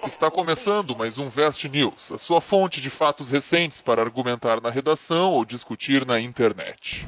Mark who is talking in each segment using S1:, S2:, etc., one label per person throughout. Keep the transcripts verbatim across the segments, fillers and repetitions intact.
S1: Está começando mais um Vest News, a sua fonte de fatos recentes para argumentar na redação ou discutir na internet.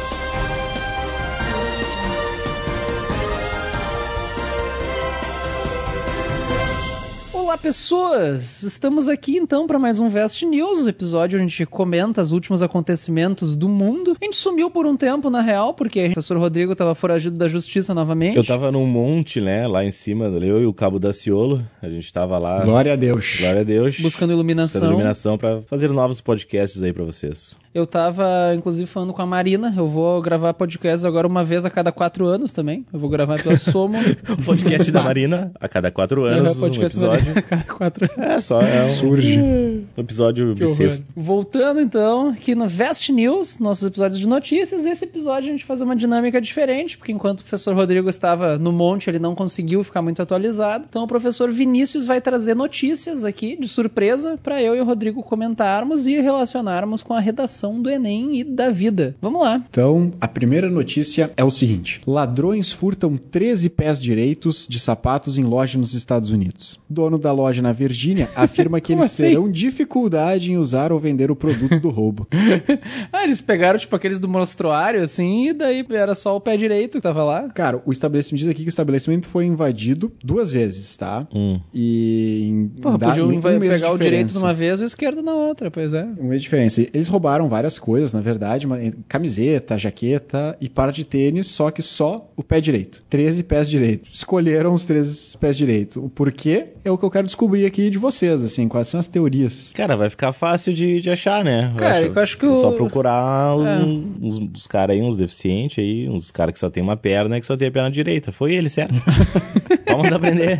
S2: Olá pessoas, estamos aqui então para mais um Vest News, o episódio onde a gente comenta os últimos acontecimentos do mundo. A gente sumiu por um tempo na real, porque o professor Rodrigo estava foragido da justiça novamente.
S3: Eu tava num monte, né, lá em cima, eu e o Cabo Daciolo, a gente tava lá...
S4: Glória a Deus.
S3: Glória a Deus.
S2: Buscando iluminação.
S3: Buscando iluminação para fazer novos podcasts aí para vocês.
S2: Eu tava, inclusive, falando com a Marina, eu vou gravar podcasts agora uma vez a cada quatro anos também. Eu vou gravar pela Somo.
S3: O podcast da Marina a cada quatro anos, um episódio.
S2: A cada quatro anos.
S3: É, só é um...
S4: Surge.
S3: Um episódio bissexto.
S2: Voltando, então, aqui no Vest News, nossos episódios de notícias. Nesse episódio a gente faz uma dinâmica diferente, porque enquanto o professor Rodrigo estava no monte, ele não conseguiu ficar muito atualizado. Então o professor Vinícius vai trazer notícias aqui, de surpresa, para eu e o Rodrigo comentarmos e relacionarmos com a redação do Enem e da vida. Vamos lá.
S4: Então, a primeira notícia é o seguinte. Ladrões furtam treze pés direitos de sapatos em loja nos Estados Unidos. Dono da loja na Virgínia afirma que eles
S2: assim?
S4: terão dificuldade em usar ou vender o produto do roubo.
S2: Ah, eles pegaram tipo aqueles do monstruário, assim, e daí era só o pé direito que tava lá?
S4: Cara, o estabelecimento diz aqui que o estabelecimento foi invadido duas vezes, tá?
S3: Hum.
S4: E em,
S2: Pô,
S4: dá,
S2: podiam
S4: em um
S2: pegar
S4: mês de
S2: o direito
S4: diferença.
S2: numa vez e o esquerdo na outra, pois é.
S4: Um mês de diferença. Eles roubaram várias coisas, na verdade, uma, camiseta, jaqueta e par de tênis, só que só o pé direito. treze pés direitos. Escolheram os treze pés direitos. O porquê é o que eu quero descobrir aqui de vocês, assim, quais são as teorias.
S3: Cara, vai ficar fácil de, de achar, né? Eu
S2: Cara,
S3: acho,
S2: eu acho que o...
S3: Só procurar os,
S2: É.
S3: uns, uns caras aí, uns deficientes aí, uns caras que só tem uma perna e que só tem a perna direita. Foi ele, certo? Vamos mandar prender.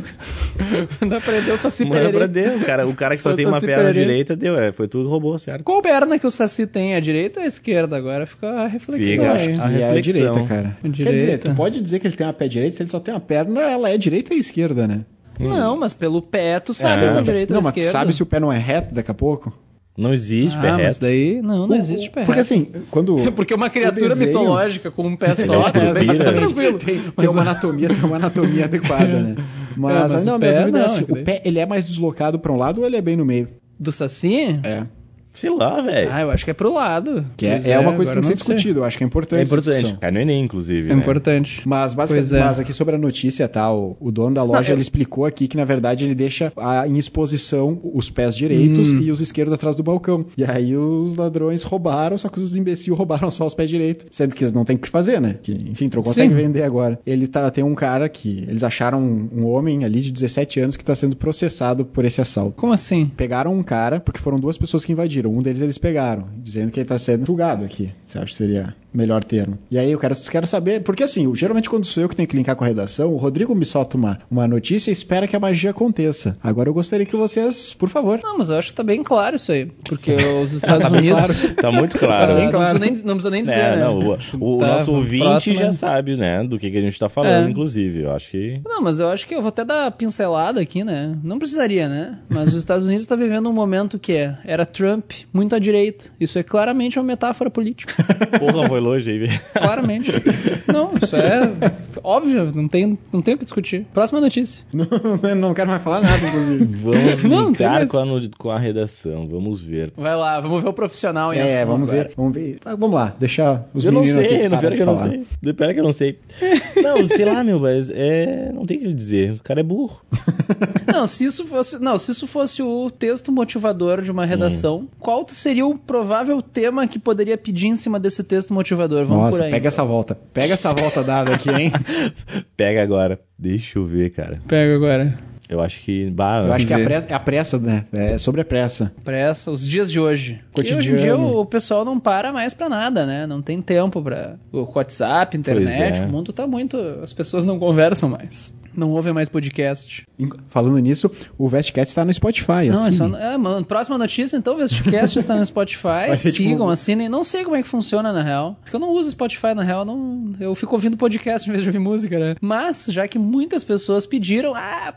S2: Manda prender o Saci
S3: Manda
S2: Pererê.
S3: prender. O cara, o cara que só
S2: Foi
S3: tem
S2: o
S3: uma
S2: Saci
S3: perna
S2: Pererê.
S3: direita, deu. É, foi tu que roubou, certo?
S2: Qual perna que o Saci tem? A direita ou a esquerda? Agora fica a reflexão
S3: Fica,
S2: aí.
S3: acho
S4: A
S3: que-
S4: e é a
S3: reflexão.
S4: direita, cara.
S2: A direita.
S4: Quer dizer, tu pode dizer que ele tem uma pé direito, se ele só tem uma perna, ela é direita e esquerda, né?
S2: Não, mas pelo pé tu sabe
S3: É.
S2: se é direita
S4: Não,
S2: ou
S4: mas tu
S2: esquerda.
S4: sabe se o pé não é reto daqui a pouco?
S3: Não existe
S2: ah,
S3: pé
S2: mas
S3: reto.
S2: daí não, não existe pé
S4: Porque
S2: reto.
S4: assim, quando...
S2: Porque uma criatura
S4: o desenho-
S2: mitológica com um pé só,
S3: É,
S2: tudo bem, mas tá
S3: vira.
S2: tranquilo.
S4: Tem, tem
S2: Mas-
S4: uma anatomia, tem uma anatomia adequada, né? Mas,
S2: É, mas
S4: não,
S2: o
S4: minha
S2: pé
S4: dúvida é
S2: não,
S4: assim,
S2: é que daí-
S4: o pé, ele é mais deslocado pra um lado ou ele é bem no meio?
S2: Do Saci?
S4: É.
S3: Sei lá, velho.
S2: Ah, eu acho que é pro lado.
S4: Que é,
S2: Pois
S4: é uma coisa que
S2: agora
S4: tem que ser
S2: não sei.
S4: discutida, eu acho que é importante.
S3: É
S4: essa
S3: importante.
S4: discussão.
S3: Cai no Enem, inclusive,
S2: É
S3: né?
S2: importante.
S4: Mas, basicamente,
S2: Pois é.
S4: mas aqui sobre a notícia, tá? O, o dono da loja,
S2: Não, eu-
S4: ele explicou aqui que, na verdade, ele deixa a- em exposição os pés direitos
S2: Hum.
S4: e os esquerdos atrás do balcão. E aí os ladrões roubaram, só que os imbecil roubaram só os pés direitos. Sendo que eles não tem o que fazer, né? Que, enfim, tu não consegue
S2: Sim.
S4: vender agora. Ele tá, tem um cara que... Eles acharam um, um homem ali de dezessete anos que tá sendo processado por esse assalto.
S2: Como assim?
S4: Pegaram um cara, porque foram duas pessoas que invadiram. Um deles eles pegaram, dizendo que ele tá sendo julgado aqui. Você acha que seria o melhor termo? E aí eu quero, quero saber, porque assim, eu- geralmente quando sou eu que tenho que linkar com a redação, o Rodrigo me solta uma, uma notícia e espera que a magia aconteça. Agora eu gostaria que vocês, por favor.
S2: Não, mas eu acho que tá bem claro isso aí. Porque os Estados
S4: Tá bem
S2: Unidos...
S4: claro.
S3: Tá muito
S2: Tá,
S3: claro.
S4: bem
S2: não,
S4: claro.
S2: precisa nem, não precisa nem dizer,
S3: É,
S2: né?
S3: não, o, o
S2: Tá,
S3: nosso ouvinte
S2: próxima.
S3: já sabe, né, do que, que a gente tá falando,
S2: É.
S3: inclusive. Eu acho que...
S2: Não, mas eu acho que eu vou até dar pincelada aqui, né? Não precisaria, né? Mas os Estados Unidos tá vivendo um momento que é, era Trump muito à direita. Isso é claramente uma metáfora política.
S3: Porra, foi longe aí, velho.
S2: Claramente. Não, isso é óbvio, não tem, não tem o que discutir. Próxima notícia.
S4: Não, não quero mais falar nada, inclusive.
S3: Vamos
S2: Não, não tem
S3: linkar
S2: mais.
S3: com a, no- com a redação, vamos ver.
S2: Vai lá, vamos ver o profissional em
S4: É,
S2: ação
S4: vamos
S2: agora.
S4: ver, vamos ver. Ah, vamos lá, deixar os
S3: eu não
S4: meninos
S3: sei,
S4: aqui
S3: não
S4: parar
S3: pera
S4: de
S3: que eu não
S4: falar.
S3: sei. Pera que eu não sei. Não, sei lá, meu, mas é... não tem o que dizer. O cara é burro.
S2: Não, se isso fosse, não, se isso fosse o texto motivador de uma redação,
S3: Hum.
S2: qual seria o provável tema que poderia pedir em cima desse texto motivador? Vamos
S4: Nossa,
S2: por aí.
S4: pega essa volta. Pega essa volta dada aqui, hein?
S3: Pega agora. Deixa eu ver, cara.
S2: Pega agora.
S3: Eu acho que... Bah,
S4: Eu acho que é a
S2: ver.
S4: pressa, é a pressa, né? É sobre a pressa.
S2: Pressa, os dias de hoje. Que hoje em
S4: Cotidiano.
S2: dia o, o pessoal não para mais pra nada, né? Não tem tempo pra o WhatsApp, internet,
S3: Pois é.
S2: o mundo tá muito... As pessoas não conversam mais. Não ouvem mais podcast.
S4: Falando nisso, o Vestcast está no Spotify,
S2: Não, é
S4: assim.
S2: só... É, mano, próxima notícia, então, o Vestcast está no Spotify.
S4: Vai ser
S2: Sigam,
S4: tipo-
S2: assinem. Não sei como é que funciona, na real. Porque eu não uso Spotify, na real. Não... Eu fico ouvindo podcast em vez de ouvir música, né? Mas, já que muitas pessoas pediram, ah, apoia o Vestcast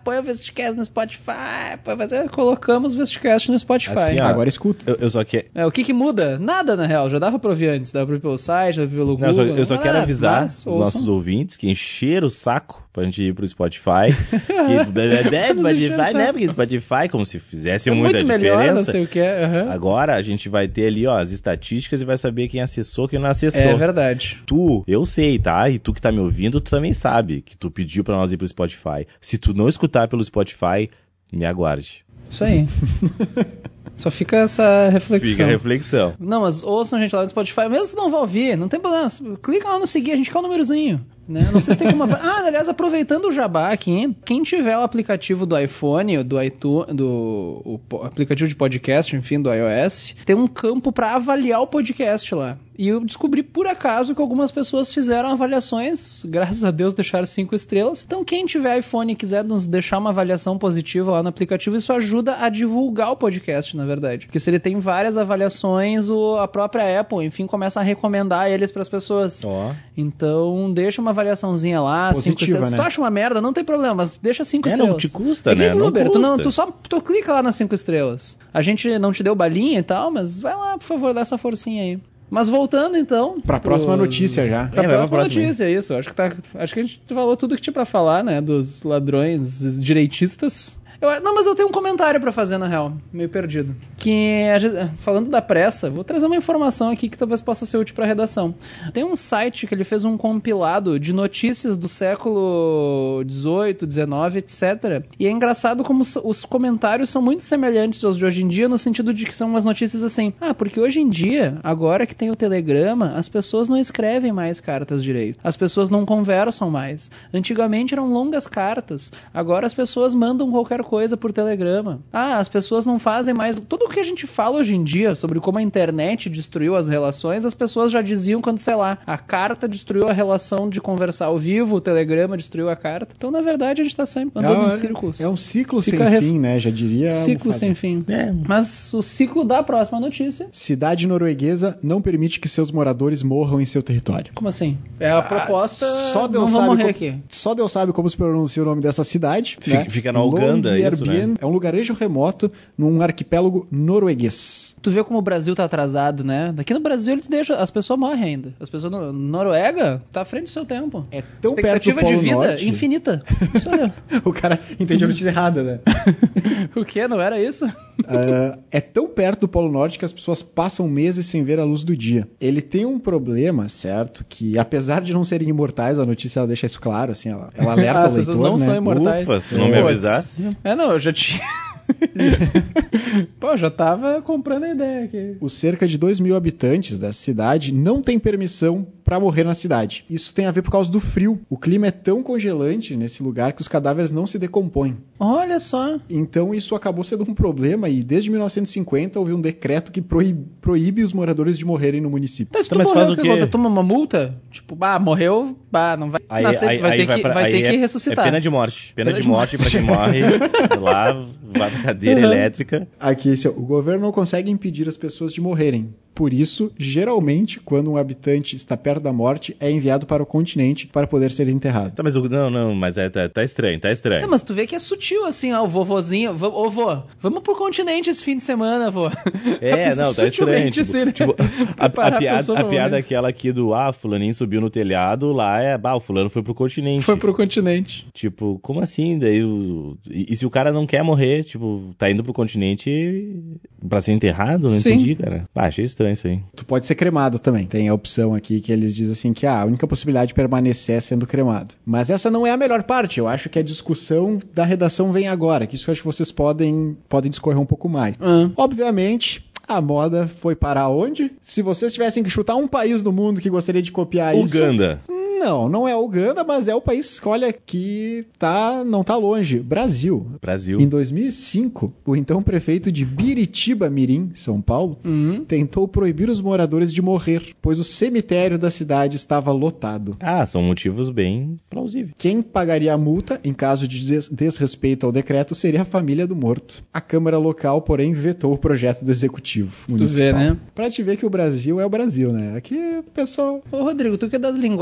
S2: Vestcast no Spotify. Pô, mas é, colocamos o Vestcast no Spotify.
S3: Assim, ó,
S4: Agora escuta.
S3: Eu, eu só que...
S2: É, o que que muda? Nada, na real. Já dava pra ouvir antes. Dava pra ouvir pelo site, dava pra ouvir pelo
S3: Não, eu só,
S2: Google.
S3: eu só
S2: não
S3: quero
S2: nada,
S3: avisar
S2: mas,
S3: os
S2: ouçam.
S3: nossos ouvintes que encheram o saco pra gente ir pro Spotify. Que é Spotify, né? Porque Spotify, como se fizesse
S2: É
S3: muita
S2: muito melhor,
S3: diferença.
S2: não sei o que é. Uhum.
S3: Agora a gente vai ter ali, ó, as estatísticas e vai saber quem acessou e quem não acessou.
S2: É verdade.
S3: Tu, eu sei, tá? E tu que tá me ouvindo, tu também sabe que tu pediu pra nós ir pro Spotify. Se tu não escutar pelo Spotify, me aguarde.
S2: Isso aí. Só fica essa reflexão.
S3: Fica a reflexão.
S2: Não, mas ouçam a gente lá no Spotify, mesmo se não vai ouvir, não tem problema. Clica lá no seguir, a gente quer o númerozinho. Né? Não sei se tem como... Ah, aliás, aproveitando o jabá aqui, quem tiver o aplicativo do iPhone, do iTunes, do o aplicativo de podcast, enfim, do iOS, tem um campo para avaliar o podcast lá. E eu descobri por acaso que algumas pessoas fizeram avaliações, graças a Deus deixaram cinco estrelas. Então quem tiver iPhone e quiser nos deixar uma avaliação positiva lá no aplicativo, isso ajuda a divulgar o podcast, na verdade. Porque se ele tem várias avaliações, o, a própria Apple, enfim, começa a recomendar eles para as pessoas.
S3: Ó.
S2: Então deixa uma avaliaçãozinha lá,
S4: Positiva,
S2: cinco estrelas.
S4: né?
S2: Se tu acha uma merda, não tem problema, mas deixa cinco
S3: É,
S2: estrelas.
S3: não te custa,
S2: é
S3: né?
S2: no
S3: Não
S2: Uber, tu, não,
S3: custa.
S2: tu só tu clica lá nas cinco estrelas. A gente não te deu balinha e tal, mas vai lá, por favor, dá essa forcinha aí. Mas voltando então...
S4: Pra próxima notícia já.
S2: Pra
S3: É, vai pra
S2: próxima
S3: próxima,
S2: notícia, isso. Acho que, tá, acho que a gente falou tudo que tinha pra falar, né? Dos ladrões direitistas. Eu, não, mas eu tenho um comentário pra fazer, na real. Meio perdido. Que, a gente, falando da pressa, vou trazer uma informação aqui que talvez possa ser útil pra redação. Tem um site que ele fez um compilado de notícias do século dezoito, dezenove, etcétera. E é engraçado como os, os comentários são muito semelhantes aos de hoje em dia, no sentido de que são umas notícias assim. Ah, porque hoje em dia, agora que tem o telegrama, as pessoas não escrevem mais cartas direito. As pessoas não conversam mais. Antigamente eram longas cartas. Agora as pessoas mandam qualquer coisa por telegrama. Ah, as pessoas não fazem mais... Tudo o que a gente fala hoje em dia sobre como a internet destruiu as relações, as pessoas já diziam quando, sei lá, a carta destruiu a relação de conversar ao vivo, o telegrama destruiu a carta. Então, na verdade, a gente tá sempre andando
S4: é,
S2: em círculos.
S4: É um ciclo
S2: Fica
S4: sem
S2: ref...
S4: fim, né? Já diria...
S2: Ciclo sem fim.
S3: É.
S2: Mas o ciclo da próxima notícia...
S4: Cidade norueguesa não permite que seus moradores morram em seu território.
S2: Como assim? É a proposta...
S4: Ah, só Deus
S2: não
S4: sabe
S2: vão morrer
S4: como,
S2: aqui.
S4: Só Deus sabe como se pronuncia o nome dessa cidade.
S3: Fica,
S4: né?
S3: fica na Uganda, isso, né?
S4: É um lugarejo remoto num arquipélago norueguês.
S2: Tu vê como o Brasil tá atrasado, né? Daqui no Brasil eles deixam... As pessoas morrem ainda. As pessoas... No... Noruega tá à frente do seu tempo.
S4: É tão perto do
S2: Expectativa
S4: Polo
S2: de vida
S4: Norte.
S2: infinita. Isso aí.
S4: O cara entendeu a notícia errada, né?
S2: O quê? Não era isso?
S4: Uh, é tão perto do Polo Norte que as pessoas passam meses sem ver a luz do dia. Ele tem um problema, certo? Que apesar de não serem imortais, a notícia ela deixa isso claro, assim, ela, ela alerta
S2: ah,
S4: o leitor,
S2: as pessoas não
S4: né?
S2: são imortais.
S3: Ufa, se não me avisasse.
S2: É, não, eu já tinha... Pô, eu já tava comprando a ideia aqui.
S4: Os cerca de dois mil habitantes da cidade não têm permissão para morrer na cidade. Isso tem a ver por causa do frio. O clima é tão congelante nesse lugar que os cadáveres não se decompõem.
S2: Olha só.
S4: Então isso acabou sendo um problema e desde mil novecentos e cinquenta houve um decreto que proíbe, proíbe os moradores de morrerem no município.
S2: Tá, se tu
S3: Mas
S2: morreu,
S3: faz o
S2: o que
S3: quê?
S2: acontece? Toma uma multa? Tipo, bah, morreu, bah, não vai
S3: Aí,
S2: nascer,
S3: aí,
S2: vai
S3: aí
S2: ter
S3: vai
S2: que,
S3: pra,
S2: vai ter
S3: aí
S2: que
S3: é,
S2: ressuscitar.
S3: É pena de morte. Pena,
S2: Pena
S3: de,
S2: de
S3: morte pra quem morre. Lá, vai pra cadeira
S2: Uhum.
S3: elétrica.
S4: Aqui, assim, ó, o governo não consegue impedir as pessoas de morrerem. Por isso, geralmente, quando um habitante está perto da morte, é enviado para o continente para poder ser enterrado.
S3: Tá, mas o, não, não, mas é, tá, tá estranho, tá estranho.
S2: É, mas tu vê que é sutil assim, ó, o vovozinho, vô, ô vô, vamos pro continente esse fim de semana, vô.
S3: É, não, tá estranho. Tipo,
S2: assim, né?
S3: tipo, a, a
S2: Preparar a
S3: piada,
S2: pessoa
S3: a
S2: pra
S3: piada
S2: morrer.
S3: aquela aqui do, ah, fulaninho subiu no telhado, lá é, bah, o fulano foi pro continente.
S2: Foi pro continente.
S3: Tipo, como assim? Daí o... e, e se o cara não quer morrer, tipo, tá indo pro continente pra ser enterrado? Não
S2: Sim.
S3: entendi, cara. Ah, achei estranho isso aí.
S4: Tu pode ser cremado também. Tem a opção aqui que eles dizem assim que ah, a única possibilidade de permanecer é sendo cremado. Mas essa não é a melhor parte. Eu acho que a discussão da redação vem agora, que isso eu acho que vocês podem, podem discorrer um pouco mais.
S2: Hum.
S4: Obviamente, a moda foi parar onde? Se vocês tivessem que chutar um país do mundo que gostaria de copiar isso...
S3: Uganda.
S4: Não, não é a Uganda, mas é o país, olha, que tá, não tá longe. Brasil.
S3: Brasil.
S4: Em dois mil e cinco, o então prefeito de Biritiba Mirim, São Paulo,
S2: Uhum.
S4: tentou proibir os moradores de morrer, pois o cemitério da cidade estava lotado.
S3: Ah, são motivos bem plausíveis.
S4: Quem pagaria a multa, em caso de des- desrespeito ao decreto, seria a família do morto. A Câmara local, porém, vetou o projeto do Executivo
S2: Tu
S4: Municipal.
S2: vê, né?
S4: Pra te ver que o Brasil é o Brasil, né? Aqui, pessoal...
S2: Ô, Rodrigo, tu que é das linguagens,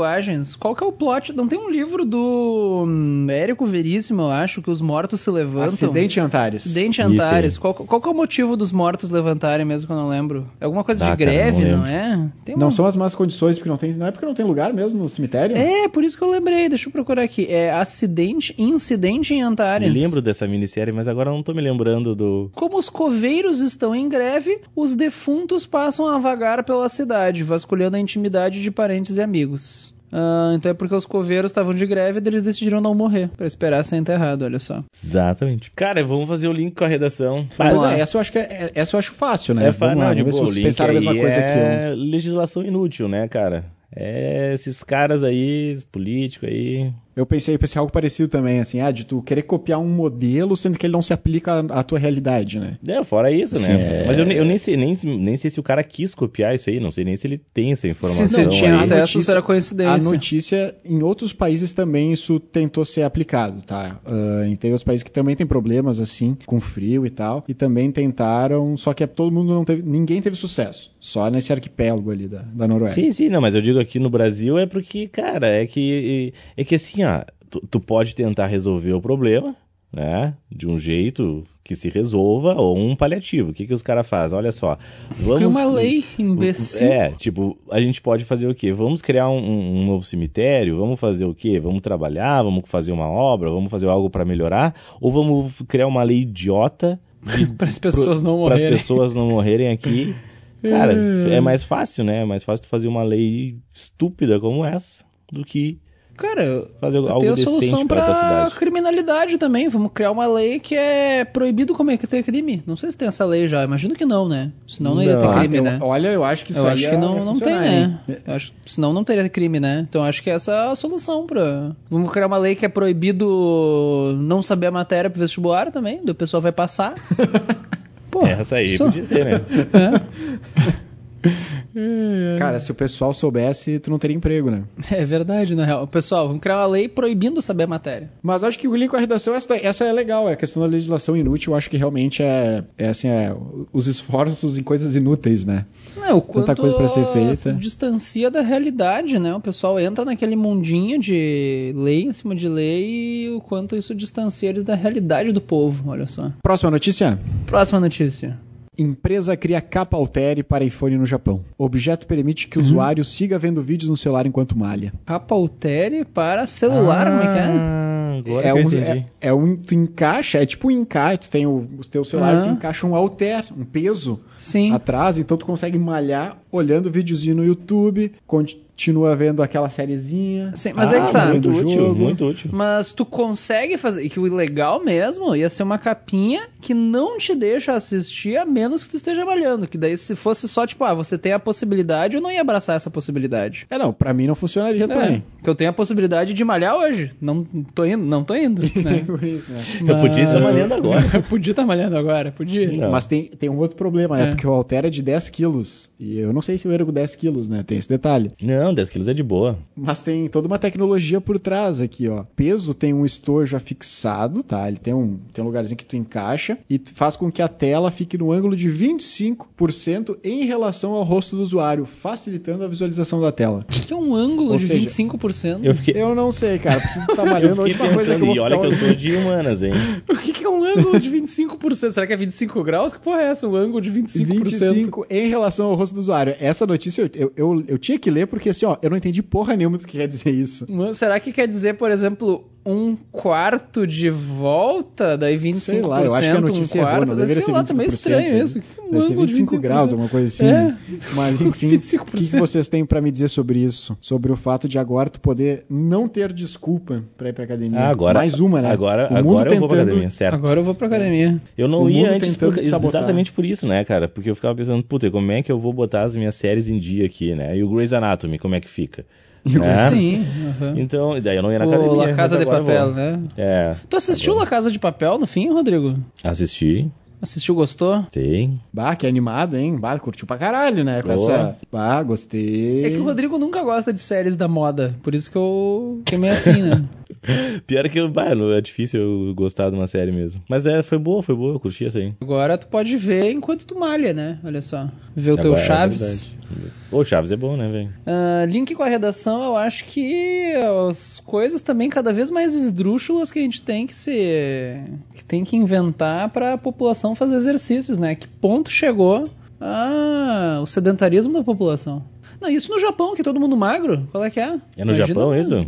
S2: Antares. Qual que é o plot? Não tem um livro do hum, Érico Veríssimo, eu acho, que os mortos se levantam?
S4: Acidente em Antares.
S2: Acidente em Antares. Qual, qual que é o motivo dos mortos levantarem mesmo, que eu não lembro? É alguma coisa
S3: Ah,
S2: de
S3: cara,
S2: greve,
S3: não
S2: não, é? Tem uma...
S4: Não são as más condições, porque não tem. Não é porque não tem lugar mesmo no cemitério?
S2: É, por isso que eu lembrei. Deixa eu procurar aqui. É acidente, incidente em Antares.
S3: Me lembro dessa minissérie, mas agora não tô me lembrando do...
S2: Como os coveiros estão em greve, os defuntos passam a vagar pela cidade, vasculhando a intimidade de parentes e amigos. Ah, então é porque os coveiros estavam de greve e eles decidiram não morrer, pra esperar ser enterrado, olha só.
S3: Exatamente. Cara, vamos fazer o link com a redação.
S4: Mas
S2: lá.
S4: é, essa eu acho que é, essa eu acho fácil, né?
S3: É, fa...
S4: Vamos lá,
S3: não, de
S4: vamos ver
S3: boa,
S4: se
S3: o
S4: vocês
S3: link
S4: pensaram a mesma
S3: aí
S4: coisa
S3: é
S4: que eu.
S3: legislação inútil, né, cara? É esses caras aí, os políticos aí...
S4: Eu pensei, eu pensei algo parecido também, assim, ah, de tu querer copiar um modelo, sendo que ele não se aplica à, à tua realidade, né?
S3: É, fora isso,
S4: Sim,
S3: né?
S4: é...
S3: Mas eu, eu nem, sei, nem, nem sei se o cara quis copiar isso aí, não sei nem se ele tem essa informação.
S2: Se ele tinha
S3: aí.
S2: acesso,
S4: notícia-
S2: será coincidência.
S4: A notícia, em outros países também isso tentou ser aplicado, tá? Uh, tem outros países que também tem problemas, assim, com frio e tal, e também tentaram, só que todo mundo não teve, ninguém teve sucesso, só nesse arquipélago ali da, da Noruega.
S3: Sim, sim, não, mas eu digo aqui no Brasil é porque, cara, é que, é que assim, ó, tu, tu pode tentar resolver o problema, né, de um jeito que se resolva, ou um paliativo. O que que os caras fazem? Olha só, vamos...
S2: Cria uma lei, imbecil.
S3: É, tipo, a gente pode fazer o quê? Vamos criar um, um novo cemitério? Vamos fazer o quê? Vamos trabalhar? Vamos fazer uma obra? Vamos fazer algo para melhorar? Ou vamos criar uma lei idiota
S2: Para as pessoas não
S3: para as
S2: morrerem.
S3: pessoas não morrerem aqui? Cara, é mais fácil, né? É mais fácil tu fazer uma lei estúpida como essa do que
S2: Cara,
S3: fazer
S2: eu
S3: algo
S2: tenho a
S3: decente
S2: solução
S3: pra tua
S2: pra
S3: cidade.
S2: criminalidade também. Vamos criar uma lei que é proibido cometer crime. Não sei se tem essa lei já. Imagino que não, né? Senão não, iria
S3: Não.
S2: ter crime,
S4: eu,
S2: né?
S4: Olha, eu acho que isso
S2: Eu
S4: aí
S2: acho
S4: ia-
S2: que não,
S4: ia
S2: não tem,
S4: funcionar,
S2: né?
S4: hein?
S2: Eu acho, senão não teria crime, né? Então acho que essa é a solução pra... Vamos criar uma lei que é proibido não saber a matéria pro vestibular também. O pessoal vai passar. Pô,
S3: Essa aí
S2: só-
S3: podia ser, né?
S2: É.
S4: Cara, se o pessoal soubesse, tu não teria emprego, né?
S2: É verdade, na real. Pessoal, vamos criar uma lei proibindo saber a matéria.
S4: Mas acho que o link com a redação, essa, essa é legal, é a questão da legislação inútil, eu acho que realmente é, é assim, é, os esforços em coisas inúteis, né?
S2: Não, o quanto
S4: Tanta coisa pra ser feita.
S2: se distancia da realidade, né? O pessoal entra naquele mundinho de lei em cima de lei e o quanto isso distancia eles da realidade do povo, olha só.
S4: Próxima notícia.
S2: Próxima notícia.
S4: Empresa cria capa altere para iPhone no Japão. Objeto permite que o usuário siga vendo vídeos no celular enquanto malha.
S2: Capa altere para celular, como é que é?
S3: Ah, agora
S4: É
S3: que eu
S4: um,
S3: entendi.
S4: é, é um, tu encaixa, é tipo um encaixe, tu tem o, o teu celular,
S2: Ah.
S4: tu encaixa um alter, um peso
S2: Sim.
S4: atrás, então tu consegue malhar olhando videozinho no YouTube, continua vendo aquela sériezinha.
S2: Sim, mas
S3: Ah,
S2: é que tá.
S3: muito
S4: do
S3: útil,
S4: jogo.
S3: muito útil.
S2: Mas tu consegue fazer. E que o legal mesmo ia ser uma capinha que não te deixa assistir a menos que tu esteja malhando. Que daí, se fosse só tipo, ah, você tem a possibilidade, eu não ia abraçar essa possibilidade.
S4: É, não, pra mim não funcionaria
S2: É,
S4: também.
S2: que eu tenho a possibilidade de malhar hoje. Não tô indo, não tô indo. Né?
S4: Por isso, né?
S3: Eu podia estar malhando agora.
S2: Eu podia estar malhando agora, podia.
S3: Não.
S4: Mas tem, tem um outro problema, né?
S2: É.
S4: Porque o alter é de dez quilos. E eu não sei se eu ergo dez quilos, né? Tem esse detalhe.
S3: Não, dez quilos é de boa.
S4: Mas tem toda uma tecnologia por trás aqui, ó. Peso tem um estojo afixado, tá? Ele tem um, tem um lugarzinho que tu encaixa e tu faz com que a tela fique no ângulo de vinte e cinco por cento em relação ao rosto do usuário, facilitando a visualização da tela.
S2: O que é um ângulo
S4: Ou
S2: de
S4: seja,
S2: vinte e cinco por cento?
S3: Eu fiquei,
S4: Eu não sei, cara. Preciso estar
S3: eu
S4: malhando. A
S3: fiquei
S4: última coisa que eu
S3: pensando,
S4: vou
S3: e olha
S4: ficar
S3: que eu sou de humanas, hein?
S2: O que que é um ângulo de vinte e cinco por cento? Será que é vinte e cinco graus? Que porra é essa? Um ângulo de vinte e cinco por cento?
S4: vinte e cinco em relação ao rosto do usuário. Essa notícia eu, eu, eu, eu tinha que ler porque assim, ó, eu não entendi porra nenhuma do que quer dizer isso.
S2: Mas será que quer dizer, por exemplo, um quarto de volta? Daí vinte e cinco por cento,
S4: Sei lá, eu acho que a notícia
S2: um
S4: errou,
S2: quarto?
S4: não
S2: Deve
S4: deveria
S2: ser
S4: ser
S2: lá, tá meio
S4: vinte e cinco por cento,
S2: estranho
S4: né?
S2: isso. Que um
S4: Deve ser
S2: ângulo
S4: vinte
S2: de
S4: e cinco graus, alguma coisa assim.
S2: É.
S4: Mas enfim,
S2: vinte e cinco
S4: o
S2: por
S4: que,
S2: cento.
S4: que vocês têm pra me dizer sobre isso? Sobre o fato de agora tu poder não ter desculpa pra ir pra academia.
S3: Ah, agora,
S4: Mais uma, né?
S3: Agora,
S4: O mundo
S3: agora eu vou pra
S4: tentando-
S3: academia, certo.
S2: Agora eu vou pra academia.
S3: Eu não
S4: O
S3: ia
S4: mundo
S3: antes
S4: tentando
S3: por-
S4: te sabotar.
S3: exatamente por isso, né, cara? Porque eu ficava pensando, puta, como é que eu vou botar as minhas séries em dia aqui, né? E o Grey's Anatomy, como é que fica? Né?
S2: Sim. aham.
S3: Então, daí eu não ia na
S2: O
S3: academia.
S2: La Casa
S3: mas
S2: de
S3: agora eu
S2: Papel,
S3: vou.
S2: né?
S3: É.
S2: Tu assistiu La Casa de Papel no fim, Rodrigo?
S3: Assisti,
S2: Assistiu, gostou?
S3: sim.
S4: Bah, que animado, hein? Bah, curtiu pra caralho, né? Com
S3: Boa.
S4: essa... Bah, gostei.
S2: É que o Rodrigo nunca gosta de séries da moda, por isso que eu fiquei meio assim, né?
S3: Pior que, bah, não- é difícil eu gostar de uma série mesmo. Mas é, foi boa, foi boa, eu curti essa aí.
S2: Agora tu pode ver enquanto tu malha, né? Olha só. Ver o teu
S3: Agora é
S2: Chaves.
S3: verdade. Ô, Chaves é bom, né, velho?
S2: Ah, link com a redação, eu acho que as coisas também cada vez mais esdrúxulas que a gente tem que se que tem que inventar para a população fazer exercícios, né? Que ponto chegou ah, o sedentarismo da população? Não, isso no Japão, que é todo mundo magro. Qual é que é?
S3: É no Japão isso?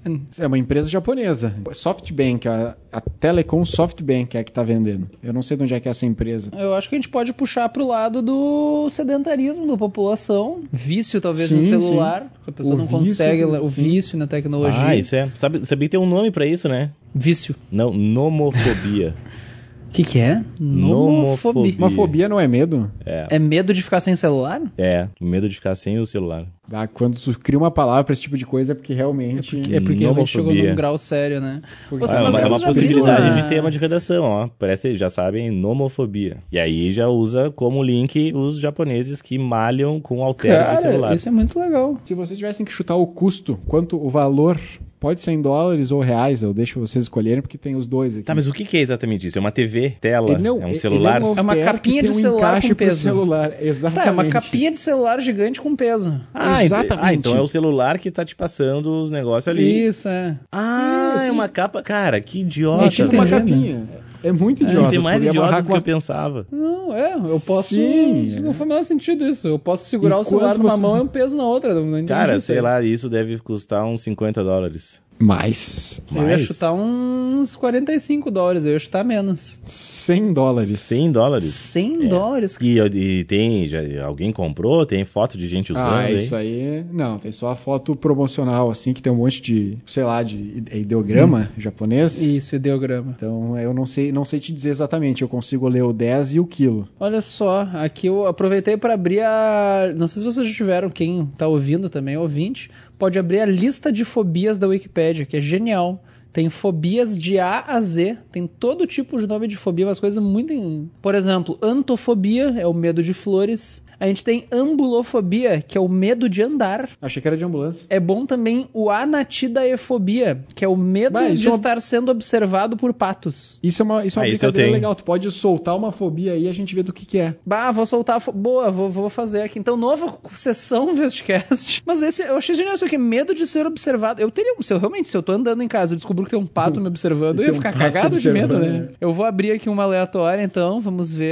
S4: É uma empresa japonesa. SoftBank, a, a Telecom SoftBank é a que tá vendendo. Eu não sei de onde é que é essa empresa.
S2: Eu acho que a gente pode puxar pro lado do sedentarismo da população. Vício, talvez,
S4: Sim,
S2: no celular. Que a pessoa
S4: O
S2: não
S4: vício,
S2: consegue. O
S4: sim.
S2: vício na tecnologia.
S3: Ah, isso é. Sabe, sabia que tem um nome pra isso, né?
S2: Vício.
S3: Não, nomofobia.
S2: O que que é?
S3: Nomofobia.
S4: Uma fobia não é medo?
S3: É.
S2: É medo de ficar sem celular?
S3: É, medo de ficar sem o celular.
S4: Ah, quando tu cria uma palavra pra esse tipo de coisa é porque realmente...
S2: É porque realmente chegou
S3: Nomofobia.
S2: num grau sério, né?
S4: Porque-
S2: Você-
S3: Ah, é
S2: mas
S3: uma, é
S2: vocês
S3: uma
S2: já
S3: possibilidade
S2: viram a-
S3: de tema de redação, ó. Parece que já sabem, nomofobia. E aí já usa como link os japoneses que malham com halter de
S2: Cara,
S3: celular.
S2: isso é muito legal.
S4: Se vocês tivessem que chutar o custo, quanto o valor, pode ser em dólares ou reais, eu deixo vocês escolherem porque tem os dois aqui.
S3: Tá, mas o que que é exatamente isso? É uma T V, tela,
S4: Ele não-
S3: é um
S4: ele
S3: celular?
S4: é um
S2: É uma
S4: halter
S2: capinha
S4: que
S2: de
S4: tem um
S2: celular
S4: encaixe
S2: com
S4: pro
S2: peso.
S4: celular. Exatamente.
S2: Tá, é uma capinha de celular gigante com peso.
S3: Ah, ent-
S4: Exatamente.
S3: ah, então é o celular que tá te passando os negócios ali.
S2: Isso, é.
S3: Ah,
S4: Isso,
S3: é uma
S4: isso.
S3: capa. Cara, que
S4: É
S3: idiota.
S4: tipo uma
S2: entendendo.
S4: capinha. É muito idiota.
S3: Isso é mais
S4: poderia
S3: idiota
S4: amarrar
S3: do
S4: com
S3: que
S4: a-
S3: eu pensava.
S2: Não, é, eu posso.
S4: Sim,
S2: Não
S4: é.
S2: faz o menor sentido isso. Eu posso segurar
S4: E
S2: o celular
S4: quanto
S2: numa
S4: você-
S2: mão e um peso na outra. Não entendi
S3: Cara,
S2: isso
S3: sei
S2: aí.
S3: lá, isso deve custar uns cinquenta dólares.
S4: Mais.
S2: Eu ia
S3: Mais?
S2: chutar uns quarenta e cinco dólares, eu ia chutar menos.
S4: cem dólares.
S3: cem dólares.
S2: cem
S3: É.
S2: dólares?
S3: E, e tem, já, alguém comprou? Tem foto de gente usando
S4: Ah,
S3: aí?
S4: isso aí... Não, tem só a foto promocional, assim, que tem um monte de, sei lá, de ide- ideograma japonês.
S2: Isso, ideograma.
S4: Então, eu não sei, não sei te dizer exatamente. Eu consigo ler o dez e o quilo.
S2: Olha só, aqui eu aproveitei para abrir a... Não sei se vocês já tiveram, quem tá ouvindo também, ouvinte, pode abrir a lista de fobias da Wikipédia, que é genial. Tem fobias de A a Z, tem todo tipo de nome de fobia, umas coisas muito... em- Por exemplo, antofobia é o medo de flores. A gente tem ambulofobia, que é o medo de andar.
S4: Achei que era de ambulância.
S2: É bom também o anatidaefobia, que é o medo
S4: Bah, isso
S2: de
S4: é uma-
S2: estar sendo observado por patos.
S4: Isso é uma, isso é uma
S3: Ah, isso eu
S4: brincadeira
S3: tenho.
S4: legal. Tu pode soltar uma fobia aí e a gente vê do que que é.
S2: Bah, vou soltar a fo... Boa, vou, vou fazer aqui. Então, nova sessão Vestcast. Mas esse, eu achei genial isso aqui, medo de ser observado. Eu teria, se eu realmente, se eu tô andando em casa e descubro que tem um pato me observando, eu
S4: Tem
S2: ia
S4: um
S2: ficar
S4: pato
S2: cagado de medo,
S4: observando,
S2: né? Eu vou abrir aqui uma aleatória, então, vamos ver.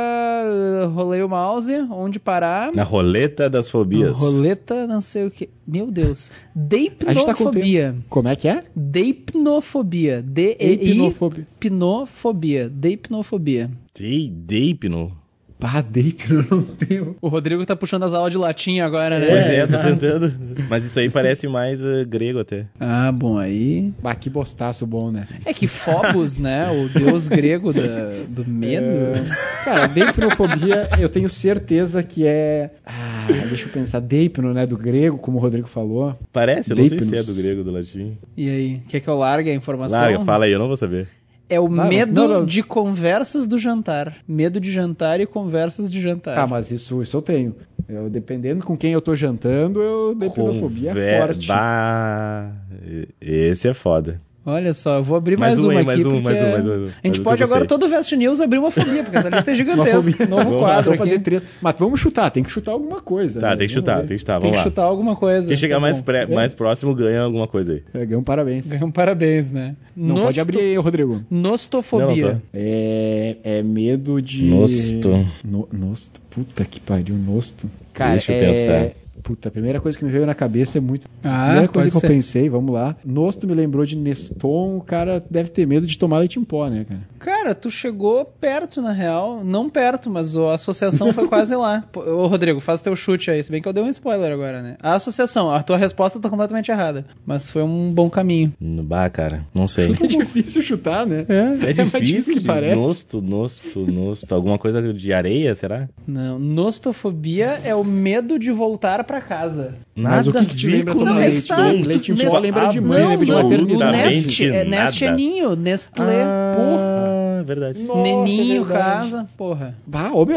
S2: Rolei o mouse, onde parar.
S3: Na roleta das fobias.
S2: Roleta, não sei o que. Meu Deus.
S4: A gente tá com
S2: Deipnofobia.
S4: Como é que é?
S2: Deipnofobia. D-E-I.
S4: Hipnofobia.
S2: Hipnofobia. Deipnofobia.
S3: Dei, Deipno.
S4: Pá, Deipno, não tenho.
S2: O Rodrigo tá puxando as aulas de latim agora, né?
S3: Pois é, tô
S4: exato.
S3: tentando. Mas isso aí parece mais uh, grego até.
S2: Ah, bom, aí.
S4: Bah, que bostaço bom, né?
S2: É que Phobos, né? O deus grego da, do medo.
S4: É, Cara, deipnofobia, eu tenho certeza que é... Ah, deixa eu pensar. Deipno, né? Do grego, como o Rodrigo falou.
S3: Parece, eu não sei se é
S4: Deipnos.
S3: do grego ou do latim.
S2: E aí? Quer que eu largue a informação?
S3: Larga, fala aí, eu não vou saber.
S2: É o
S4: Não,
S2: medo
S4: não, não.
S2: de conversas do jantar. Medo de jantar e conversas de jantar.
S4: Ah, mas isso, isso eu tenho. Eu, dependendo com quem eu tô jantando, eu deipnofobia é
S3: Conver-
S4: forte.
S3: Bah, esse é foda.
S2: Olha só, eu vou abrir mais,
S3: Mais um
S2: uma
S3: aí,
S2: aqui.
S3: mais um,
S2: porque
S3: mais um, mais um, mais um.
S2: A
S3: Mais
S2: gente
S3: um
S2: pode
S3: que eu
S2: agora,
S3: gostei.
S2: todo Vest News, abrir uma fobia, porque essa lista é
S4: Uma
S2: gigantesca.
S4: fobia.
S2: Novo
S3: Vamos
S2: quadro
S4: Vamos
S2: aqui.
S4: fazer três. Mas vamos chutar, tem que chutar alguma coisa.
S3: Tá,
S4: né?
S3: tem que
S4: Vamos
S3: chutar,
S4: ver.
S3: tem que chutar,
S2: Tem
S3: vamos
S2: que
S3: lá.
S2: chutar alguma coisa.
S3: Quem chegar
S2: Tá
S3: mais,
S2: bom.
S3: pré- mais próximo ganha alguma coisa aí.
S4: É, ganha um parabéns.
S2: Ganha um parabéns, né?
S4: Não
S2: Nosto-
S4: pode abrir aí, Rodrigo.
S2: Nostofobia.
S3: Não, não tô.
S4: É, é medo de...
S3: Nosto.
S4: No, nosto. Puta que pariu, nosto. Cara,
S3: Deixa eu
S4: é...
S3: pensar.
S4: Puta, a primeira coisa que me veio na cabeça é muito...
S2: Ah,
S4: a primeira coisa
S2: pode
S4: que
S2: ser.
S4: eu pensei, vamos lá. Nosto me lembrou de Neston, o cara deve ter medo de tomar leite em pó, né, cara?
S2: Cara, tu chegou perto, na real. Não perto, mas a associação foi quase lá. Pô, Ô, Rodrigo, faz teu chute aí. Se bem que eu dei um spoiler agora, né? A associação, a tua resposta tá completamente errada. Mas foi um bom caminho.
S3: Bah, cara, não sei.
S4: É difícil chutar, né?
S2: É?
S3: É
S4: mais difícil
S3: difícil
S4: que
S3: de
S4: parece.
S3: nosto, nosto, nosto. Alguma coisa de areia, será?
S2: Não, nostofobia é o medo de voltar pra casa.
S4: Mas o que que te
S3: a ver
S4: lembra
S3: com
S4: tomar
S2: Não,
S4: leite?
S2: exato.
S4: Leite em pó
S2: Nesse-
S4: lembra de mãe,
S2: Não,
S4: lembra de
S2: não,
S4: maternidade.
S2: no Nest, é,
S3: nada.
S2: Nest é ninho, Nestlé, porra.
S3: Ah, verdade.
S4: Nossa,
S2: Neninho,
S4: é verdade.
S2: casa, porra.
S4: Bah, ô meu,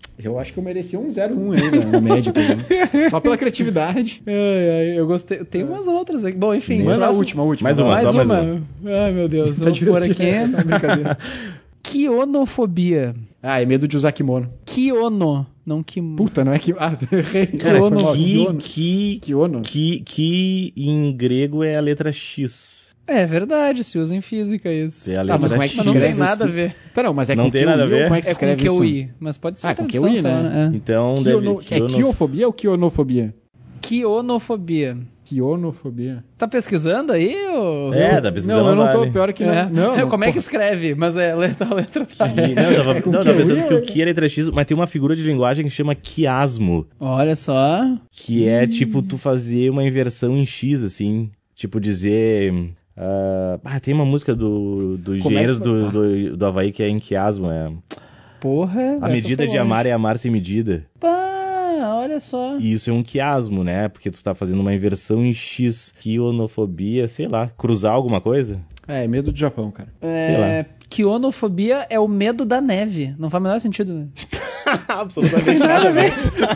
S4: Eu acho que eu merecia um zero um aí na, na média. Né? Só pela criatividade.
S2: Ai, ai, eu gostei. Tem umas outras aqui. Bom, enfim.
S4: Mas a
S2: próximo...
S4: última, a última.
S3: Mais uma,
S2: mais
S3: só
S2: uma.
S3: mais uma.
S2: Ai, meu Deus.
S4: Tá
S2: Vamos pôr aqui.
S4: divertido, é brincadeira.
S2: Quionofobia.
S4: Ah, é medo de usar kimono.
S2: Quiono, não kimono.
S4: Puta, não é que... Ah, errei.
S3: Cara,
S4: Foi mal.
S3: que,
S4: Kiono.
S3: que,
S4: Kiono?
S3: que, que em grego é a letra X.
S2: É verdade, se usa em física isso.
S3: É a
S4: Tá, mas
S3: letra
S4: como é que
S2: Mas
S3: X.
S2: não tem
S4: escreve
S2: nada a
S4: isso?
S2: ver.
S4: Tá, não, mas é
S3: Não
S4: com
S3: tem
S4: Q U I
S3: nada a ver?
S4: ou como é que
S2: É com
S4: escreve
S2: Q U
S4: isso?
S2: I, mas pode ser
S4: Ah, com
S2: tradução
S4: Q U I,
S2: só,
S4: né?
S2: né? É.
S3: Então
S4: Kiono...
S3: deve...
S4: É
S3: quiono-
S4: quiofobia ou quionofobia?
S2: Quionofobia.
S4: Quionofobia.
S2: Tá pesquisando aí? Ou...
S3: É, tá pesquisando.
S4: Não, eu não tô,
S3: vale.
S4: pior que não.
S2: É.
S4: Não,
S2: É, como é que
S4: porra.
S2: escreve? Mas é letra, a letra tá.
S3: E- Não, eu tava,
S4: É com
S3: não, eu
S4: Q U I,
S3: tava pensando que
S4: ou-
S3: o Ki é letra X, mas tem uma figura de linguagem que chama quiasmo,
S2: Olha só.
S3: que é tipo tu fazer uma inversão em X, assim. Tipo dizer... ah, ah, tem uma música do, do
S4: Como é que
S3: Engenheiros
S4: foi?
S3: do, do, do Havaí que é em quiasmo. É,
S2: Porra.
S3: a medida de amar é amar sem medida.
S2: Pá, olha só.
S3: E isso é um quiasmo, né? Porque tu tá fazendo uma inversão em X. Quionofobia, sei lá. Cruzar alguma coisa?
S4: É, medo do Japão, cara.
S2: É, quionofobia é o medo da neve. Não faz o menor sentido. Né?
S3: Absolutamente nada a ver.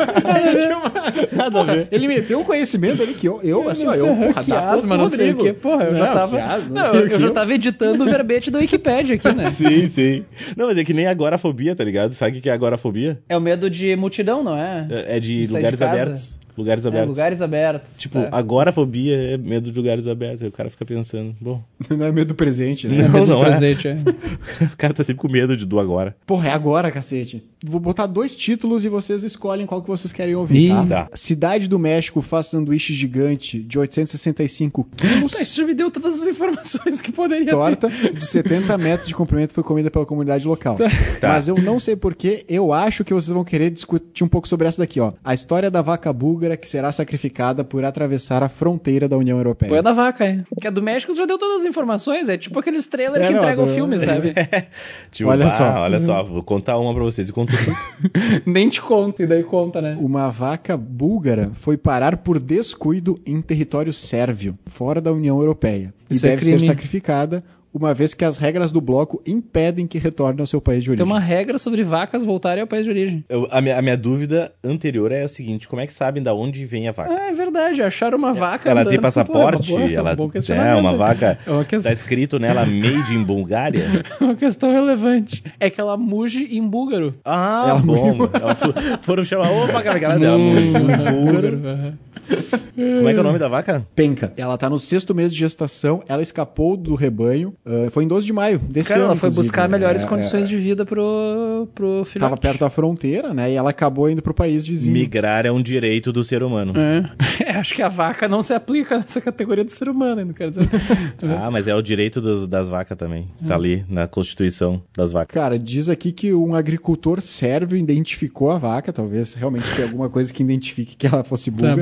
S3: Nada a ver.
S4: Ele meteu um conhecimento ali que eu, eu assim, ó, eu, porra,
S2: quiasma,
S4: dá
S2: não sei o
S4: Rodrigo.
S2: quê. Porra, eu já
S4: Não,
S2: tava.
S4: quiasma,
S2: Não,
S4: sei
S2: eu,
S4: o
S2: eu já
S4: quê.
S2: tava editando o verbete da Wikipédia aqui, né?
S3: Sim, sim. Não, mas é que nem agorafobia, tá ligado? Sabe o que é agorafobia?
S2: É o medo de multidão, não é?
S3: É é de
S2: Sair de
S3: lugares
S2: casa.
S3: abertos. Lugares
S2: É,
S3: abertos.
S2: lugares abertos.
S3: Tipo,
S2: tá.
S3: agorafobia é medo de lugares abertos. Aí o cara fica pensando, bom,
S4: Não é medo do presente, né?
S3: Não,
S2: Medo do
S3: não é.
S2: presente, é.
S3: o cara tá sempre com medo de do agora.
S4: Porra, é agora, cacete. Vou botar dois títulos e vocês escolhem qual que vocês querem ouvir,
S2: Ih.
S4: tá?
S3: Tá.
S4: Cidade do México faz sanduíche gigante de oitocentos e sessenta e cinco quilos.
S2: Tá, isso já me deu todas as informações que poderia ter.
S4: Torta de setenta metros de comprimento foi comida pela comunidade local.
S3: Tá.
S4: Mas eu não sei porquê, eu acho que vocês vão querer discutir um pouco sobre essa daqui, ó. A história da vaca búlgara que será sacrificada por atravessar a fronteira da União Europeia.
S2: Foi a da vaca, é. Que a do México já deu todas as informações, é tipo aqueles trailers
S4: É,
S2: que
S4: não,
S2: entregam o
S4: do-
S2: filme, sabe?
S3: Tipo,
S4: Olha
S3: ah,
S4: só.
S3: olha só, vou contar uma pra vocês e conto tudo.
S2: Nem te conto, e daí conta, né?
S4: Uma vaca búlgara foi parar por descuido em território sérvio, fora da União Europeia.
S2: Isso
S4: e
S2: é
S4: deve ser
S2: crime.
S4: sacrificada, uma vez que as regras do bloco impedem que retorne ao seu país de
S2: Tem
S4: origem.
S2: uma regra sobre vacas voltarem ao país de origem.
S3: Eu- a, minha, a minha dúvida anterior é a seguinte: como é que sabem da onde vem a vaca?
S2: Ah, é verdade, acharam uma vaca.
S3: Ela
S2: andando.
S3: tem passaporte?
S2: Pô, é uma boa-
S3: ela
S2: é um bom
S3: é
S2: questionamento.
S3: uma vaca.
S2: É uma
S3: Tá
S2: questão,
S3: escrito nela Made in Bulgária?
S2: uma questão relevante. É que ela muge em búlgaro.
S3: Ah,
S4: Ela
S3: bom. Ela fo- foram chamar, opa, cara, cara dela, muge em búlgaro.
S2: aham.
S3: Como é que é o nome da vaca?
S4: Penca. Ela tá no sexto mês de gestação, ela escapou do rebanho, ah, foi em doze de maio desse
S2: Cara,
S4: ano.
S2: ela foi
S4: inclusive.
S2: buscar melhores
S4: É,
S2: condições
S4: é,
S2: de vida pro, pro filhote.
S4: Tava perto da fronteira, né? E ela acabou indo pro país vizinho.
S3: Migrar é um direito do ser humano.
S2: É. É, acho que a vaca não se aplica nessa categoria do ser humano, não quero dizer.
S3: Ah, mas é o direito dos- das vacas também. Tá ali na Constituição das vacas.
S4: Cara, diz aqui que um agricultor sérvio identificou a vaca, talvez realmente tenha alguma coisa que identifique que ela fosse
S2: Tá
S4: búlgara.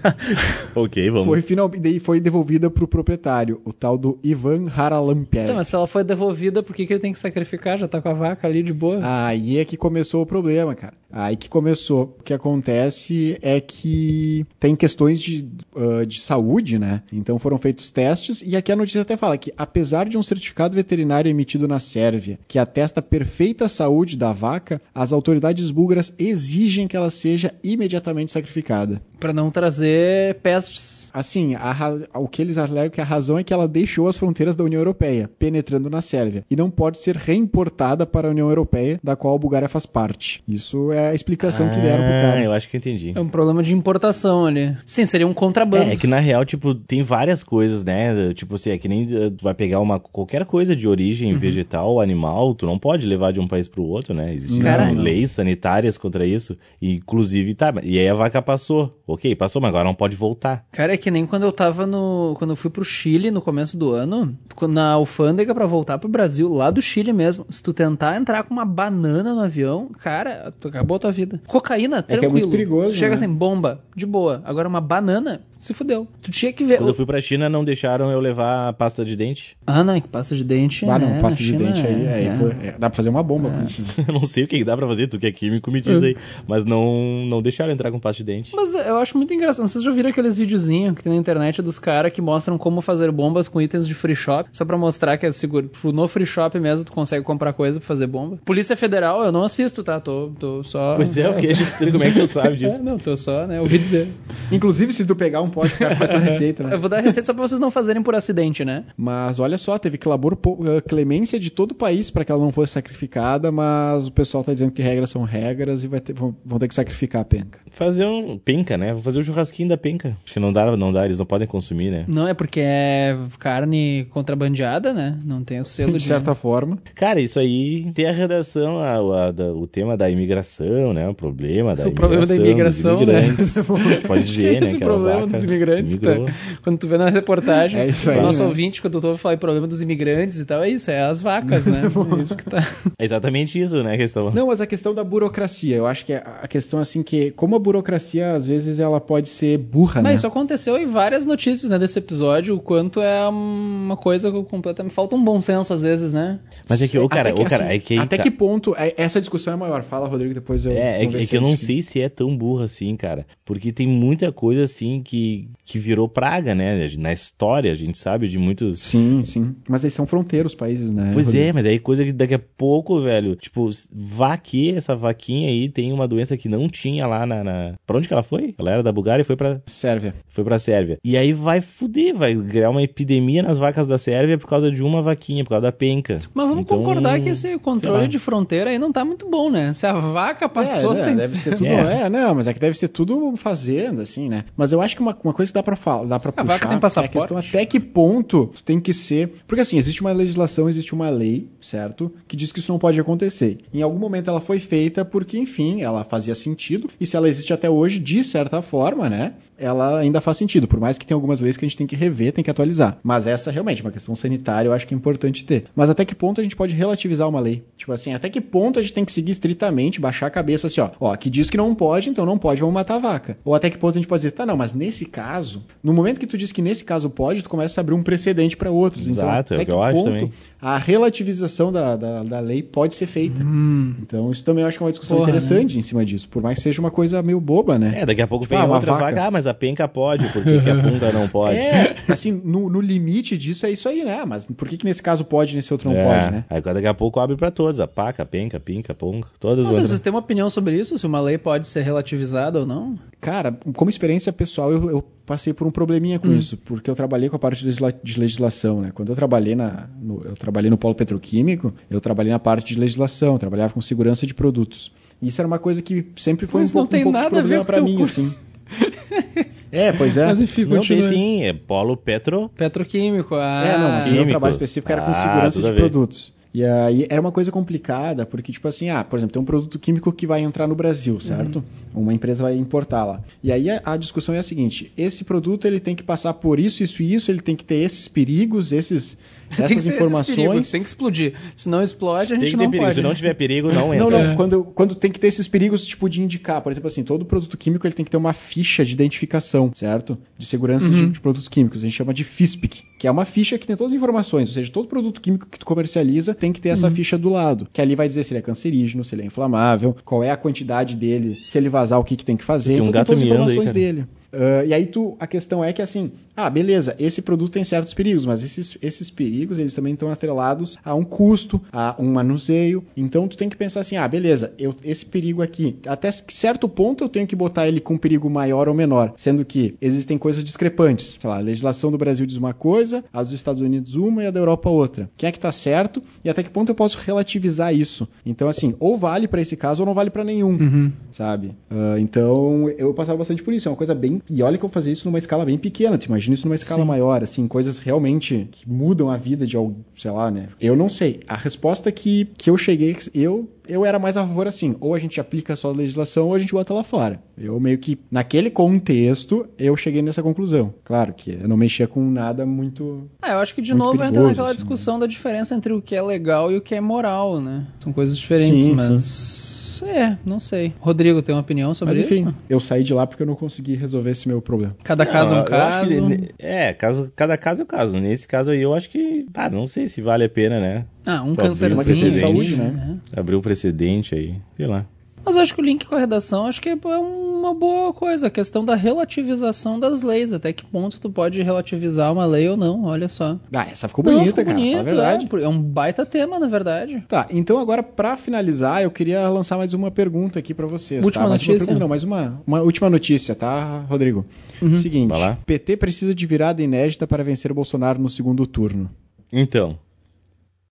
S2: bom.
S3: Ok, vamos.
S4: Foi finalmente daí foi devolvida pro proprietário, o tal do Ivan Haralampiev.
S2: Então, mas se ela foi devolvida, por que, que ele tem que sacrificar? Já tá com a vaca ali de boa.
S4: Aí é que começou o problema, cara. Aí que começou. O que acontece é que tem questões de, uh, de saúde, né? Então foram feitos testes e aqui a notícia até fala que apesar de um certificado veterinário emitido na Sérvia que atesta a perfeita saúde da vaca, as autoridades búlgaras exigem que ela seja imediatamente sacrificada.
S2: Pra não trazer pestes.
S4: Assim, a ra- o que eles alegam que a razão é que ela deixou as fronteiras da União Europeia, penetrando na Sérvia, e não pode ser reimportada para a União Europeia, da qual a Bulgária faz parte. Isso é a explicação que deram pro
S3: Ah,
S4: cara.
S3: eu acho que eu entendi.
S2: É um problema de importação ali. Sim, seria um contrabando.
S3: É, é que na real, tipo, tem várias coisas, né? Tipo assim, é que nem uh, tu vai pegar uma, qualquer coisa de origem vegetal ou animal, tu não pode levar de um país pro outro, né? Existem
S2: Cara,
S3: leis sanitárias contra isso. E, inclusive, tá, e aí a vaca passou. Ok, passou, mas agora não pode voltar.
S2: Cara, é que nem quando eu tava no... Quando eu fui pro Chile no começo do ano, quando- na alfândega pra voltar pro Brasil, lá do Chile mesmo, se tu tentar entrar com uma banana no avião, cara, tu acabou a tua vida. Cocaína,
S4: que é
S2: tranquilo.
S4: muito perigoso,
S2: Chega
S4: né?
S2: assim, bomba, de boa. Agora uma banana, se fudeu. Tu tinha que ver...
S3: Quando eu fui pra China, não deixaram eu levar pasta de dente.
S2: Ah, não, é que pasta de dente...
S4: Ah, não,
S2: né,
S4: pasta
S2: na
S4: de
S2: China,
S4: dente aí,
S2: é,
S4: aí
S2: é.
S4: foi- é, dá pra fazer uma bomba com isso. né?
S3: Eu não sei o que dá pra fazer, tu que é químico me diz aí. Mas não, não deixaram entrar com pasta de dente.
S2: Mas eu acho muito engraçado. Vocês já viram aqueles videozinhos que tem na internet dos caras que mostram como fazer bombas com itens de free shop, só pra mostrar que é seguro. No free shop mesmo tu consegue comprar coisa pra fazer bomba. Polícia Federal eu não assisto, tá? Tô, tô só...
S3: Pois é, eu fiquei estranho, como é que tu sabe disso?
S2: É, não, tô só, né? Ouvi dizer.
S4: Inclusive, se tu pegar um pote, o cara faz a receita, né?
S2: Eu vou dar a receita só pra vocês não fazerem por acidente, né?
S4: Mas olha só, teve clamor, clemência de todo o país para que ela não fosse sacrificada, mas o pessoal tá dizendo que regras são regras e vai ter, vão, vão ter que sacrificar a penca.
S3: Fazer um... Penca, né? Vou fazer o churrasquinho da penca. Acho que não dá, não dá, eles não podem consumir, né?
S2: Não, é porque é carne contrabandeada, né? Não tem o selo de...
S4: De certa forma.
S3: Cara, isso aí tem a redação, a, a, a, o tema da imigração, né? O problema da
S2: o
S3: imigração.
S2: O problema da imigração, né?
S3: Pode dizer, né?
S2: Esse problema dos imigrantes, tá? Quando tu vê na reportagem,
S4: é isso aí,
S2: o nosso
S4: né?
S2: ouvinte, quando eu tô falando problema dos imigrantes e tal, é isso, é as vacas, né? É isso que tá...
S3: É exatamente isso, né? A questão.
S4: Não, mas a questão da burocracia, eu acho que é a questão assim que, como a burocracia, às vezes, ela pode ser burra,
S2: mas
S4: né?
S2: isso aconteceu em várias notícias, né, desse episódio, o quanto é uma coisa completamente... Falta um bom senso, às vezes, né?
S3: Mas é que, o cara,
S4: que,
S3: o cara,
S4: assim,
S3: é que...
S4: Até
S3: tá...
S4: que ponto... É, essa discussão é maior. Fala, Rodrigo, depois eu...
S3: É, é, que, é que eu não sei se é tão burro assim, cara. Porque tem muita coisa, assim, que, que virou praga, né? Na história, a gente sabe de muitos...
S4: Sim, sim. Mas eles são fronteiros, países, né?
S3: Pois
S4: Rodrigo?
S3: é, mas aí coisa que daqui a pouco, velho... Tipo, vaque, essa vaquinha aí tem uma doença que não tinha lá na... na... Pra onde que ela foi? Ela era da Bulgária e foi pra...
S4: Sérvia.
S3: Foi pra Sérvia. E aí vai fuder, vai criar uma epidemia nas vacas da Sérvia por causa de uma vaquinha, por causa da penca.
S2: Mas vamos
S3: então,
S2: concordar que esse controle de fronteira aí não tá muito bom, né? Se a vaca passou
S4: é,
S2: sem...
S4: Deve ser tudo...
S3: É.
S4: é, não, mas é que deve ser tudo fazenda, assim, né? Mas eu acho que uma, uma coisa que dá pra falar, dá pra
S2: a
S4: puxar...
S2: vaca tem passaporte?
S4: É a questão até que ponto tu tem que ser... Porque assim, existe uma legislação, existe uma lei, certo? Que diz que isso não pode acontecer. Em algum momento ela foi feita porque, enfim, ela fazia sentido. E se ela existe até hoje, de certa forma, né? Ela ainda faz sentido. Por mais que tenha algumas leis que a gente tem que rever, tem que atualizar. Mas essa realmente, uma questão sanitária, eu acho que é importante ter. Mas até que ponto a gente pode relativizar uma lei? Tipo assim, até que ponto a gente tem que seguir estritamente, baixar a cabeça assim, ó. Ó, que diz que não pode, então não pode, vamos matar a vaca. Ou até que ponto a gente pode dizer, tá, não, mas nesse caso, no momento que tu diz que nesse caso pode, tu começa a abrir um precedente para outros.
S3: Exato,
S4: então, até
S3: é o
S4: que
S3: que eu acho
S4: ponto
S3: também.
S4: a relativização da, da, da lei pode ser feita.
S2: Hum.
S4: Então, isso também eu acho que é uma discussão
S2: Porra,
S4: interessante,
S2: né?
S4: Em cima disso. Por mais que seja uma coisa meio boba, né?
S3: É, daqui a pouco vem
S4: Ah, uma
S3: outra
S4: vaca.
S3: vaca. Ah, mas a penca pode, por que, que a punga não pode?
S4: É, assim, no, no limite disso é isso aí, né? Mas por que, que nesse caso pode e nesse outro não
S3: é,
S4: pode, né?
S3: Aí daqui a pouco abre pra todos, a paca, a penca, a pinca, a punga, todas as
S2: Não sei,
S3: outras.
S2: vocês têm uma opinião sobre isso? Se uma lei pode ser relativizada ou não?
S4: Cara, como experiência pessoal, eu, eu passei por um probleminha com
S2: Hum.
S4: isso, porque eu trabalhei com a parte de, legisla- de legislação, né? Quando eu trabalhei, na, no, eu trabalhei no polo petroquímico, eu trabalhei na parte de legislação, eu trabalhava com segurança de produtos. E isso era uma coisa que sempre foi
S2: Mas
S4: um
S2: não
S4: pouco,
S2: tem
S4: um pouco de
S2: nada a ver
S4: problema
S2: com
S4: pra
S2: teu
S4: mim,
S2: curso.
S4: assim. É, pois é.
S2: Mas enfim,
S3: Não, tem
S2: continua.
S3: sim, é polo petro.
S2: Petroquímico, ah...
S4: É, não, mas o meu
S3: químico.
S4: trabalho específico era com
S3: Ah,
S4: segurança
S3: tudo a
S4: de
S3: ver.
S4: produtos. E aí era uma coisa complicada, porque, tipo assim, ah, por exemplo, tem um produto químico que vai entrar no Brasil, certo? Uhum. Uma empresa vai importar lá. E aí a, a discussão é a seguinte: esse produto ele tem que passar por isso, isso e isso, ele tem que ter esses perigos, esses, essas
S2: tem que ter
S4: informações.
S2: esses perigos, tem que explodir. Se não explode, a gente
S3: Tem que
S2: não
S3: ter perigo.
S2: pode.
S3: Se não
S2: né?
S3: tiver perigo, não entra.
S4: Não, não,
S2: É.
S4: quando, quando tem que ter esses perigos, tipo, de indicar, por exemplo, assim, todo produto químico ele tem que ter uma ficha de identificação, certo? De segurança
S2: Uhum.
S4: de, de produtos químicos, a gente chama de FISPIC, que é uma ficha que tem todas as informações, ou seja, todo produto químico que tu comercializa tem que ter essa
S2: Uhum.
S4: ficha do lado, que ali vai dizer se ele é cancerígeno, se ele é inflamável, qual é a quantidade dele, se ele vazar, o que, que tem que fazer,
S3: Tem um
S4: então
S3: gato
S4: tem todas as
S3: miando aí,
S4: informações
S3: cara.
S4: dele. Uh, e aí tu, a questão é que assim, ah, beleza, esse produto tem certos perigos, mas esses, esses perigos eles também estão atrelados a um custo, a um manuseio. Então tu tem que pensar assim, ah, beleza, eu, esse perigo aqui, até certo ponto eu tenho que botar ele com um perigo maior ou menor, sendo que existem coisas discrepantes. Sei lá, a legislação do Brasil diz uma coisa, a dos Estados Unidos uma e a da Europa outra. Quem é que tá certo e até que ponto eu posso relativizar isso? Então assim, ou vale pra esse caso ou não vale pra nenhum,
S2: Uhum.
S4: sabe? Uh, então eu passava bastante por isso, é uma coisa bem... E olha que eu fazia isso numa escala bem pequena, tu imagina isso numa escala
S2: Sim.
S4: maior, assim, coisas realmente que mudam a vida de alguém, sei lá, né? Eu não sei. A resposta que, que eu cheguei, eu, eu era mais a favor assim, ou a gente aplica só a legislação ou a gente bota lá fora. Eu meio que, naquele contexto, eu cheguei nessa conclusão. Claro que eu não mexia com nada muito...
S2: Ah, eu acho que de
S4: Muito
S2: novo entra
S4: perigoso,
S2: naquela
S4: assim,
S2: discussão da diferença entre o que é legal e o que é moral, né? São coisas diferentes,
S4: Sim,
S2: mas... É, não sei. Rodrigo, tem uma opinião sobre
S4: Mas enfim,
S2: isso?
S4: eu saí de lá porque eu não consegui resolver esse meu problema.
S2: Cada caso é um
S3: eu acho
S2: caso.
S3: que- é, caso, cada caso é um caso. Nesse caso aí eu acho que, ah, não sei se vale a pena, né?
S2: Ah, um
S3: Pra abrir uma
S2: câncerzinho.
S4: questão de saúde,
S2: né?
S3: Abrir um precedente aí, sei lá.
S2: Mas eu acho que o link com a redação acho que é uma boa coisa. A questão da relativização das leis. Até que ponto tu pode relativizar uma lei ou não, olha só.
S4: Ah, essa ficou bonita,
S2: não, ficou
S4: cara.
S2: Bonito,
S4: É verdade.
S2: É, é um baita tema, na verdade.
S4: Tá, então agora pra finalizar, eu queria lançar mais uma pergunta aqui pra vocês.
S2: Última
S4: tá? Mais
S2: notícia?
S4: Uma pergunta, não, mais uma, uma última notícia, tá, Rodrigo?
S2: Uhum.
S4: Seguinte,
S3: Vai lá.
S4: P T precisa de virada inédita para vencer o Bolsonaro no segundo turno.
S3: Então,